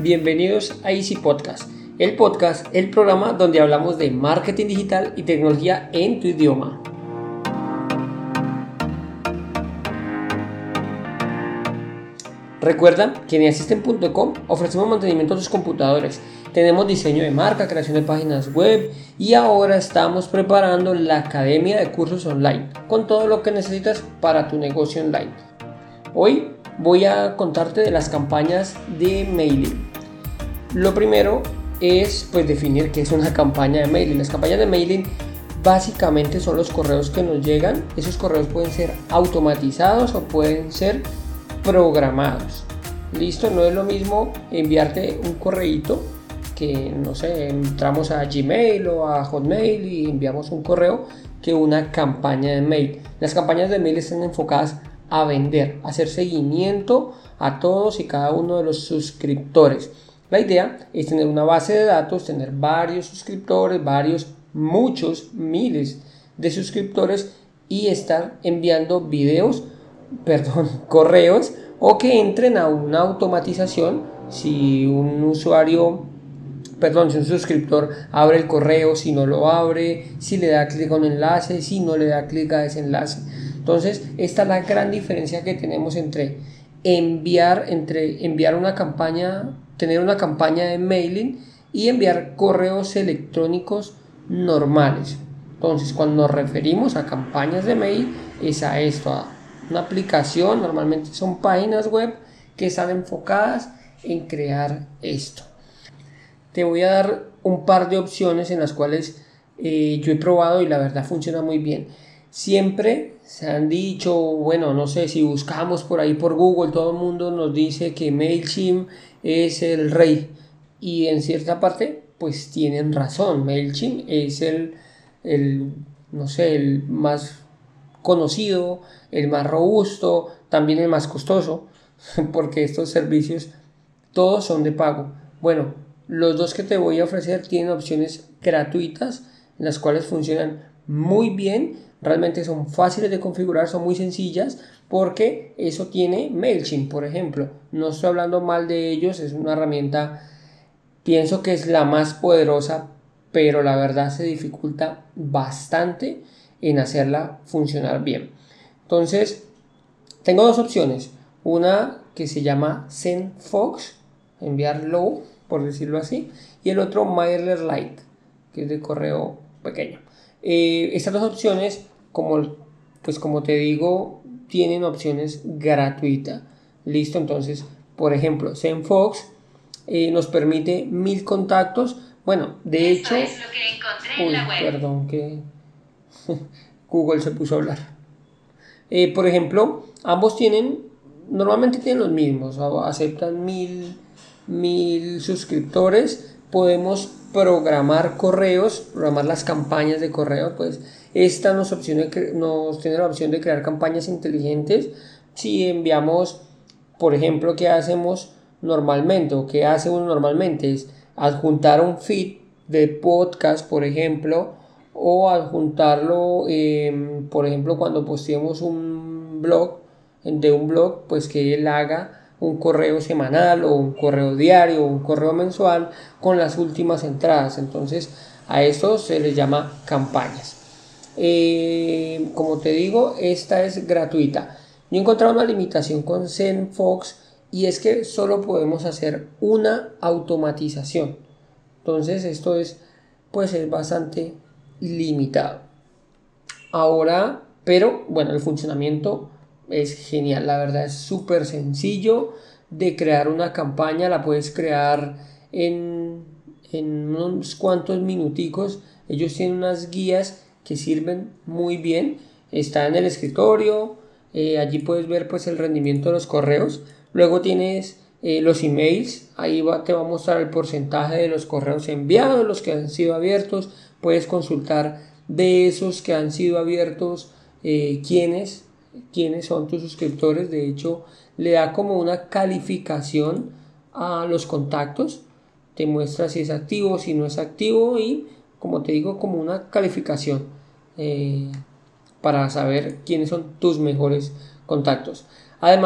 Bienvenidos a Easy Podcast, el programa donde hablamos de marketing digital y tecnología en tu idioma. Recuerda que en Asisten.com ofrecemos mantenimiento de tus computadores, tenemos diseño de marca, creación de páginas web y ahora estamos preparando la academia de cursos online con todo lo que necesitas para tu negocio online. Hoy voy a contarte de las campañas de mailing. Lo primero es definir qué es una campaña de mailing. Las campañas de mailing básicamente son los correos que nos llegan. Esos correos pueden ser automatizados o pueden ser programados. Listo, no es lo mismo enviarte un correíto que entramos a Gmail o a Hotmail y enviamos un correo que una campaña de mail. Las campañas de mail están enfocadas a vender, a hacer seguimiento a todos y cada uno de los suscriptores. La idea es tener una base de datos, tener varios suscriptores, muchos miles de suscriptores y estar enviando correos o que entren a una automatización. Si un suscriptor abre el correo, si no lo abre, si le da clic a un enlace, si no le da clic a ese enlace. Entonces, esta es la gran diferencia que tenemos entre enviar una campaña, tener una campaña de mailing y enviar correos electrónicos normales. Entonces, cuando nos referimos a campañas de mail, es a esto, a una aplicación, normalmente son páginas web que están enfocadas en crear esto. Te voy a dar un par de opciones en las cuales yo he probado y la verdad funciona muy bien. Siempre se han dicho, si buscamos por ahí por Google, todo el mundo nos dice que MailChimp es el rey. Y en cierta parte, pues tienen razón. MailChimp es el más conocido, el más robusto, también el más costoso, porque estos servicios todos son de pago. Bueno, los dos que te voy a ofrecer tienen opciones gratuitas, en las cuales funcionan muy bien. Realmente son fáciles de configurar, son muy sencillas, porque eso tiene MailChimp, por ejemplo. No estoy hablando mal de ellos, es una herramienta, pienso que es la más poderosa, pero la verdad se dificulta bastante en hacerla funcionar bien. Entonces, tengo dos opciones. Una que se llama SendFox, enviarlo, por decirlo así, y el otro MailerLite, que es de correo pequeño. Estas dos opciones, como te digo, tienen opciones gratuitas. Listo, entonces, por ejemplo, SendFox nos permite 1000 contactos. Bueno, de hecho, es lo que encontré en la web. Perdón, que Google se puso a hablar. Por ejemplo, ambos normalmente tienen los mismos, aceptan 1000 suscriptores. Podemos programar las campañas de correo. Pues esta nos tiene la opción de crear campañas inteligentes. Si enviamos, por ejemplo, ¿qué hacemos normalmente? O ¿qué hace uno normalmente? Es adjuntar un feed de podcast, por ejemplo, o adjuntarlo, por ejemplo, cuando posteemos un blog, pues que él haga un correo semanal o un correo diario o un correo mensual con las últimas entradas. Entonces a eso se les llama campañas. Como te digo, esta es gratuita. Yo he encontrado una limitación con SendFox y es que solo podemos hacer una automatización. Entonces esto es bastante limitado. Ahora, pero bueno, el funcionamiento es genial, la verdad es súper sencillo de crear una campaña. La puedes crear en unos cuantos minuticos. Ellos tienen unas guías que sirven muy bien, está en el escritorio. Allí puedes ver el rendimiento de los correos. Luego tienes los emails, ahí te va a mostrar el porcentaje de los correos enviados, los que han sido abiertos. Puedes consultar de esos que han sido abiertos quiénes son tus suscriptores. De hecho, le da como una calificación a los contactos, te muestra si es activo, si no es activo, y como te digo, como una calificación para saber quiénes son tus mejores contactos. Además,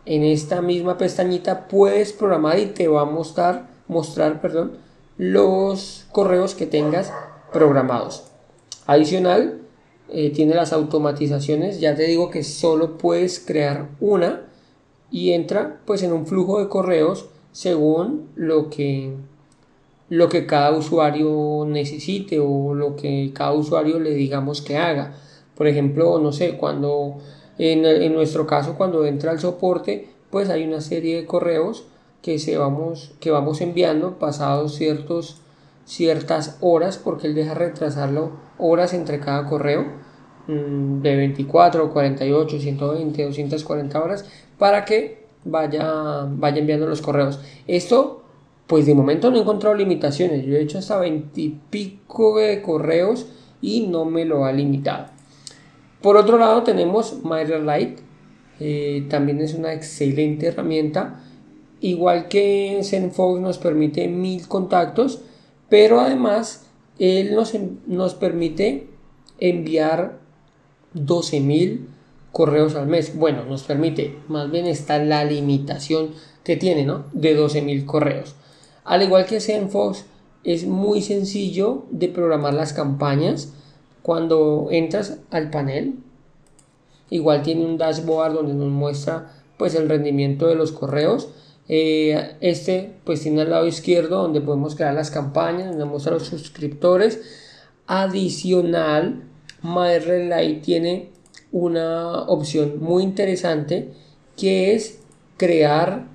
en esta misma pestañita puedes programar y te va a mostrar los correos que tengas programados. Adicional, tiene las automatizaciones. Ya te digo que solo puedes crear una y entra pues en un flujo de correos según lo que cada usuario necesite o lo que cada usuario le digamos que haga. Por ejemplo, no sé, cuando en nuestro caso, cuando entra al soporte, pues hay una serie de correos que vamos enviando pasados ciertas horas, porque él deja retrasarlo horas entre cada correo, de 24, 48, 120, 240 horas, para que vaya enviando los correos. Esto, pues de momento no he encontrado limitaciones. Yo he hecho hasta 20 y pico de correos y no me lo ha limitado. Por otro lado tenemos MailerLite. También es una excelente herramienta. Igual que ZenFox nos permite 1000 contactos, pero además él nos permite enviar 12.000 correos al mes. Bueno, nos permite, más bien está la limitación que tiene, ¿no? De 12.000 correos. Al igual que ZenFox, es muy sencillo de programar las campañas. Cuando entras al panel, igual tiene un dashboard donde nos muestra pues el rendimiento de los correos. Pues tiene al lado izquierdo donde podemos crear las campañas, donde muestra los suscriptores. Adicional, MailerLite tiene una opción muy interesante que es crear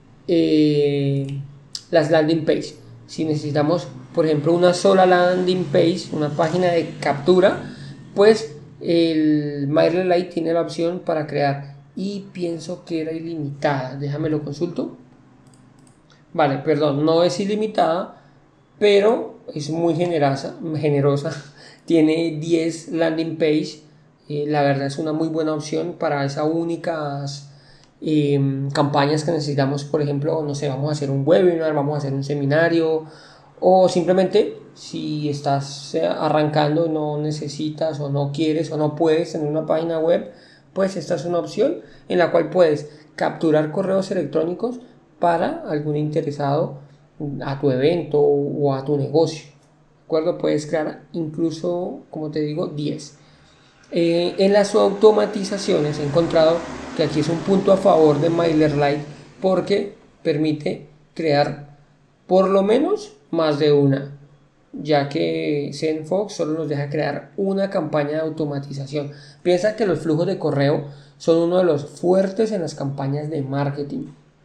las landing page. Si necesitamos, por ejemplo, una sola landing page, una página de captura, pues el MailerLite tiene la opción para crear, y pienso que era ilimitada. Déjame lo consulto. Vale, perdón, no es ilimitada, pero es muy generosa. Tiene 10 landing page. La verdad es una muy buena opción para esas únicas campañas que necesitamos. Por ejemplo, no sé, vamos a hacer un webinar, vamos a hacer un seminario, o simplemente si estás arrancando y no necesitas o no quieres o no puedes tener una página web, pues esta es una opción en la cual puedes capturar correos electrónicos para algún interesado a tu evento o a tu negocio. ¿De acuerdo? Puedes crear incluso, como te digo, 10. En las automatizaciones he encontrado que aquí es un punto a favor de MailerLite, porque permite crear por lo menos más de una, ya que ZenFox solo nos deja crear una campaña de automatización. Piensa que los flujos de correo son uno de los fuertes en las campañas de marketing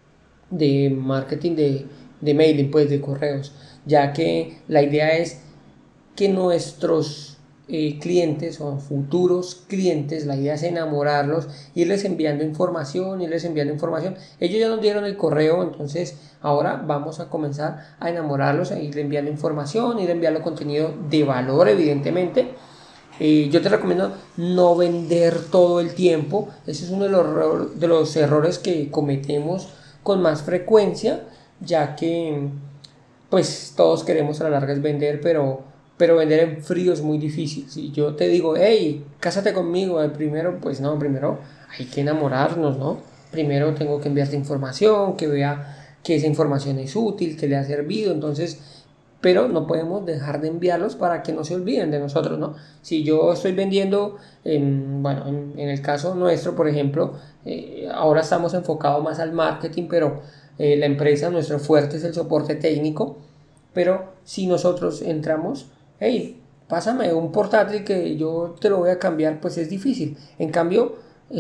de mailing, pues de correos, ya que la idea es que nuestros clientes o futuros clientes, la idea es enamorarlos, irles enviando información. Ellos ya nos dieron el correo, entonces ahora vamos a comenzar a enamorarlos, a ir enviando información, ir enviando contenido de valor, evidentemente. Yo te recomiendo no vender todo el tiempo. Ese es uno de los errores que cometemos con más frecuencia, ya que pues todos queremos a la larga es vender, pero vender en frío es muy difícil. Si yo te digo, hey, cásate conmigo, primero, pues no, primero hay que enamorarnos, ¿no? Primero tengo que enviarte información, que vea que esa información es útil, que le ha servido, entonces, pero no podemos dejar de enviarlos para que no se olviden de nosotros, ¿no? Si yo estoy vendiendo, en el caso nuestro, por ejemplo, ahora estamos enfocados más al marketing, pero la empresa, nuestro fuerte es el soporte técnico. Pero si nosotros entramos, hey, pásame un portátil que yo te lo voy a cambiar, pues es difícil. En cambio,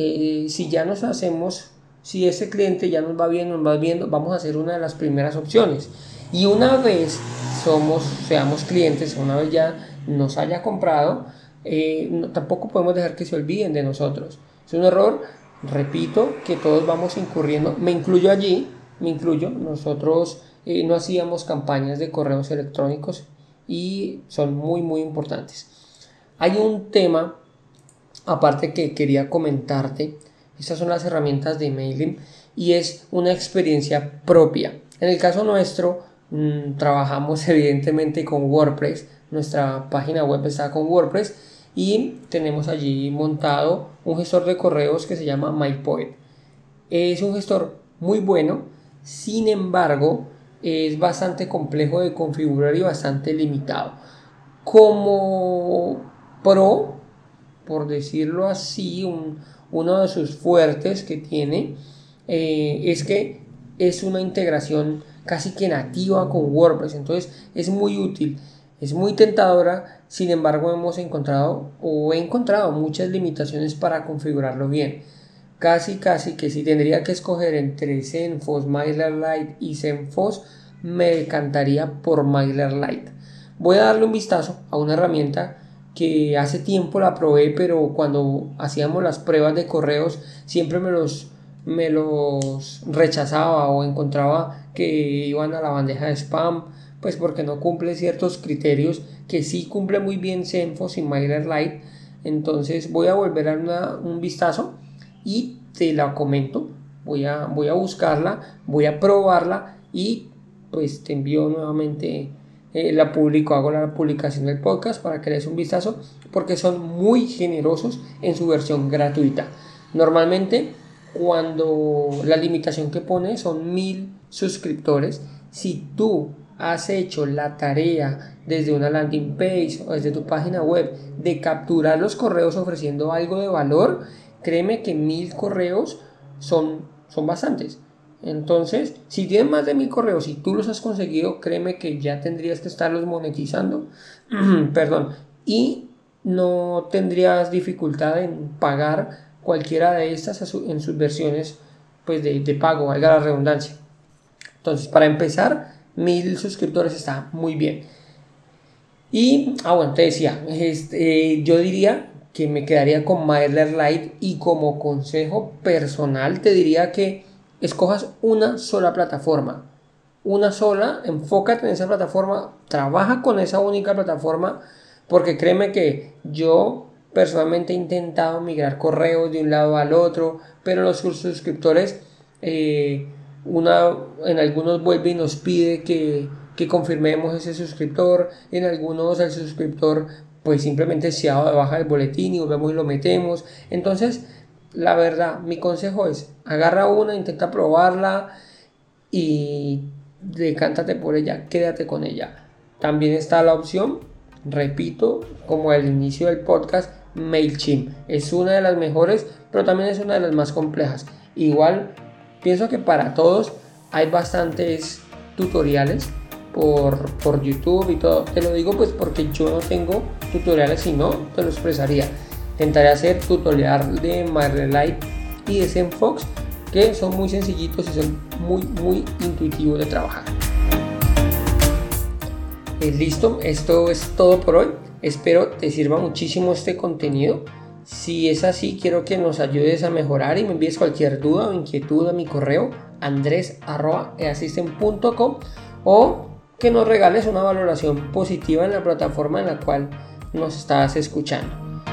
si ese cliente ya nos va viendo, vamos a hacer una de las primeras opciones. Y una vez seamos clientes, una vez ya nos haya comprado, tampoco podemos dejar que se olviden de nosotros. Es un error, repito, que todos vamos incurriendo. Me incluyo. Nosotros no hacíamos campañas de correos electrónicos y son muy muy importantes. Hay un tema aparte que quería comentarte. Estas son las herramientas de mailing y es una experiencia propia. En el caso nuestro, trabajamos evidentemente con WordPress. Nuestra página web está con WordPress y tenemos allí montado un gestor de correos que se llama MyPoet. Es un gestor muy bueno, sin embargo, es bastante complejo de configurar y bastante limitado. Como pro, por decirlo así, uno de sus fuertes que tiene es que es una integración casi que nativa con WordPress, entonces es muy útil, es muy tentadora. Sin embargo, he encontrado muchas limitaciones para configurarlo bien. Casi que si tendría que escoger entre Zenfos, MailerLite y Zenfos, me decantaría por MailerLite. Voy a darle un vistazo a una herramienta que hace tiempo la probé, pero cuando hacíamos las pruebas de correos siempre me los rechazaba o encontraba que iban a la bandeja de spam, pues porque no cumple ciertos criterios que sí cumple muy bien Zenfos y MailerLite. Entonces voy a volver a dar un vistazo y te la comento. Voy a buscarla, voy a probarla y pues te envío nuevamente hago la publicación del podcast para que le des un vistazo, porque son muy generosos en su versión gratuita. Normalmente, cuando la limitación que pone son 1000 suscriptores, si tú has hecho la tarea desde una landing page o desde tu página web de capturar los correos ofreciendo algo de valor, créeme que 1000 correos son bastantes. Entonces, si tienes más de 1000 correos y tú los has conseguido, créeme que ya tendrías que estarlos monetizando perdón, y no tendrías dificultad en pagar cualquiera de estas en sus versiones pues de pago, valga la redundancia. Entonces, para empezar, 1000 suscriptores está muy bien. Y, bueno, te decía, yo diría que me quedaría con MailerLite, y como consejo personal te diría que escojas una sola plataforma, enfócate en esa plataforma, trabaja con esa única plataforma, porque créeme que yo personalmente he intentado migrar correos de un lado al otro, pero los suscriptores en algunos vuelve y nos pide que confirmemos ese suscriptor, en algunos el suscriptor pues simplemente se ha dado de baja el boletín y volvemos y lo metemos. Entonces, la verdad, mi consejo es: agarra una, intenta probarla y decántate por ella, quédate con ella. También está la opción, repito, como al inicio del podcast, MailChimp. Es una de las mejores, pero también es una de las más complejas. Igual, pienso que para todos hay bastantes tutoriales por YouTube y todo. Te lo digo pues porque yo no tengo tutoriales, si no te lo expresaría. Intentaré hacer tutorial de MailerLite y de Zenfox, que son muy sencillitos y son muy intuitivos de trabajar. Listo, esto es todo por hoy. Espero te sirva muchísimo este contenido. Si es así, quiero que nos ayudes a mejorar y me envíes cualquier duda o inquietud a mi correo andres@eassistant.com, o que nos regales una valoración positiva en la plataforma en la cual nos estás escuchando.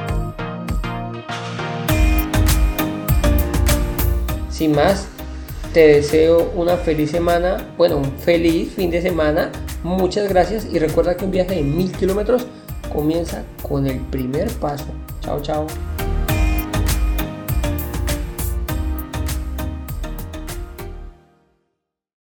Sin más, te deseo una feliz semana, un feliz fin de semana. Muchas gracias y recuerda que un viaje de 1000 kilómetros comienza con el primer paso. Chao, chao.